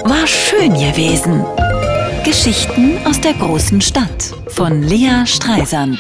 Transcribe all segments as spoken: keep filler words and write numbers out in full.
War schön gewesen. Geschichten aus der großen Stadt von Lea Streisand.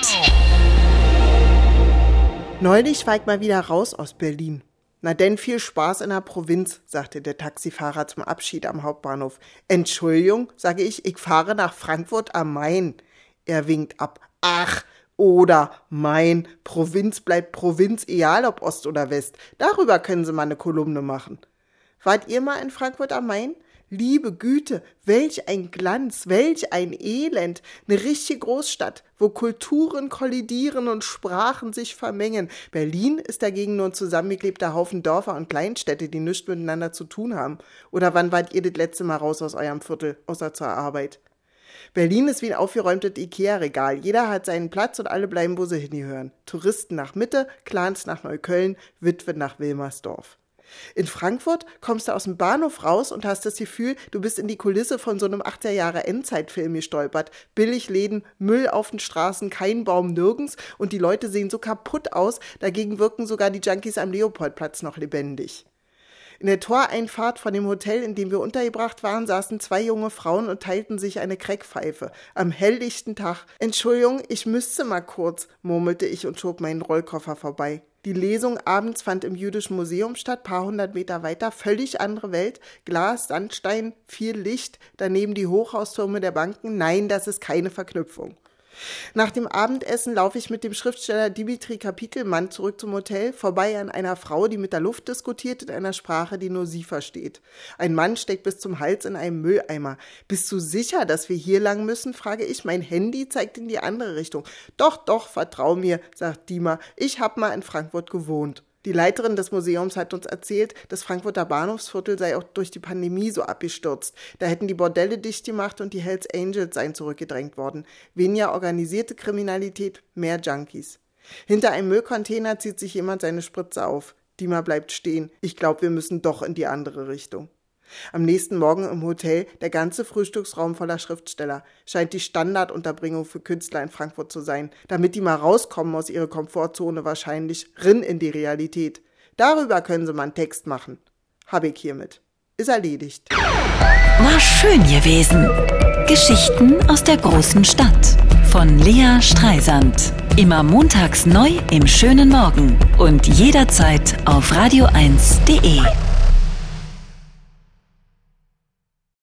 Neulich war ich mal wieder raus aus Berlin. Na denn, viel Spaß in der Provinz, sagte der Taxifahrer zum Abschied am Hauptbahnhof. Entschuldigung, sage ich, ich fahre nach Frankfurt am Main. Er winkt ab. Ach, oder Main, Provinz bleibt Provinz, egal ob Ost oder West. Darüber können Sie mal eine Kolumne machen. Wart ihr mal in Frankfurt am Main? Liebe Güte, welch ein Glanz, welch ein Elend. Eine richtige Großstadt, wo Kulturen kollidieren und Sprachen sich vermengen. Berlin ist dagegen nur ein zusammengeklebter Haufen Dörfer und Kleinstädte, die nichts miteinander zu tun haben. Oder wann wart ihr das letzte Mal raus aus eurem Viertel, außer zur Arbeit? Berlin ist wie ein aufgeräumtes Ikea-Regal. Jeder hat seinen Platz und alle bleiben, wo sie hingehören. Touristen nach Mitte, Clans nach Neukölln, Witwen nach Wilmersdorf. In Frankfurt kommst du aus dem Bahnhof raus und hast das Gefühl, du bist in die Kulisse von so einem achtziger Jahre Endzeitfilm gestolpert. Billigläden, Müll auf den Straßen, kein Baum nirgends und die Leute sehen so kaputt aus, dagegen wirken sogar die Junkies am Leopoldplatz noch lebendig. In der Toreinfahrt von dem Hotel, in dem wir untergebracht waren, saßen zwei junge Frauen und teilten sich eine Crackpfeife. Am helllichten Tag. Entschuldigung, ich müsste mal kurz, murmelte ich und schob meinen Rollkoffer vorbei. Die Lesung abends fand im Jüdischen Museum statt, paar hundert Meter weiter, völlig andere Welt, Glas, Sandstein, viel Licht, daneben die Hochhaustürme der Banken. Nein, das ist keine Verknüpfung. Nach dem Abendessen laufe ich mit dem Schriftsteller Dimitri Kapitelmann zurück zum Hotel, vorbei an einer Frau, die mit der Luft diskutiert in einer Sprache, die nur sie versteht. Ein Mann steckt bis zum Hals in einem Mülleimer. Bist du sicher, dass wir hier lang müssen, frage ich. Mein Handy zeigt in die andere Richtung. Doch, doch, vertrau mir, sagt Dima. Ich hab mal in Frankfurt gewohnt. Die Leiterin des Museums hat uns erzählt, das Frankfurter Bahnhofsviertel sei auch durch die Pandemie so abgestürzt. Da hätten die Bordelle dicht gemacht und die Hells Angels seien zurückgedrängt worden. Weniger organisierte Kriminalität, mehr Junkies. Hinter einem Müllcontainer zieht sich jemand seine Spritze auf. Dima bleibt stehen. Ich glaube, wir müssen doch in die andere Richtung. Am nächsten Morgen im Hotel, der ganze Frühstücksraum voller Schriftsteller. Scheint die Standardunterbringung für Künstler in Frankfurt zu sein. Damit die mal rauskommen aus ihrer Komfortzone wahrscheinlich, rin in die Realität. Darüber können sie mal einen Text machen. Hab ich hiermit. Ist erledigt. War schön gewesen. Geschichten aus der großen Stadt von Lea Streisand. Immer montags neu im schönen Morgen und jederzeit auf radio eins punkt de.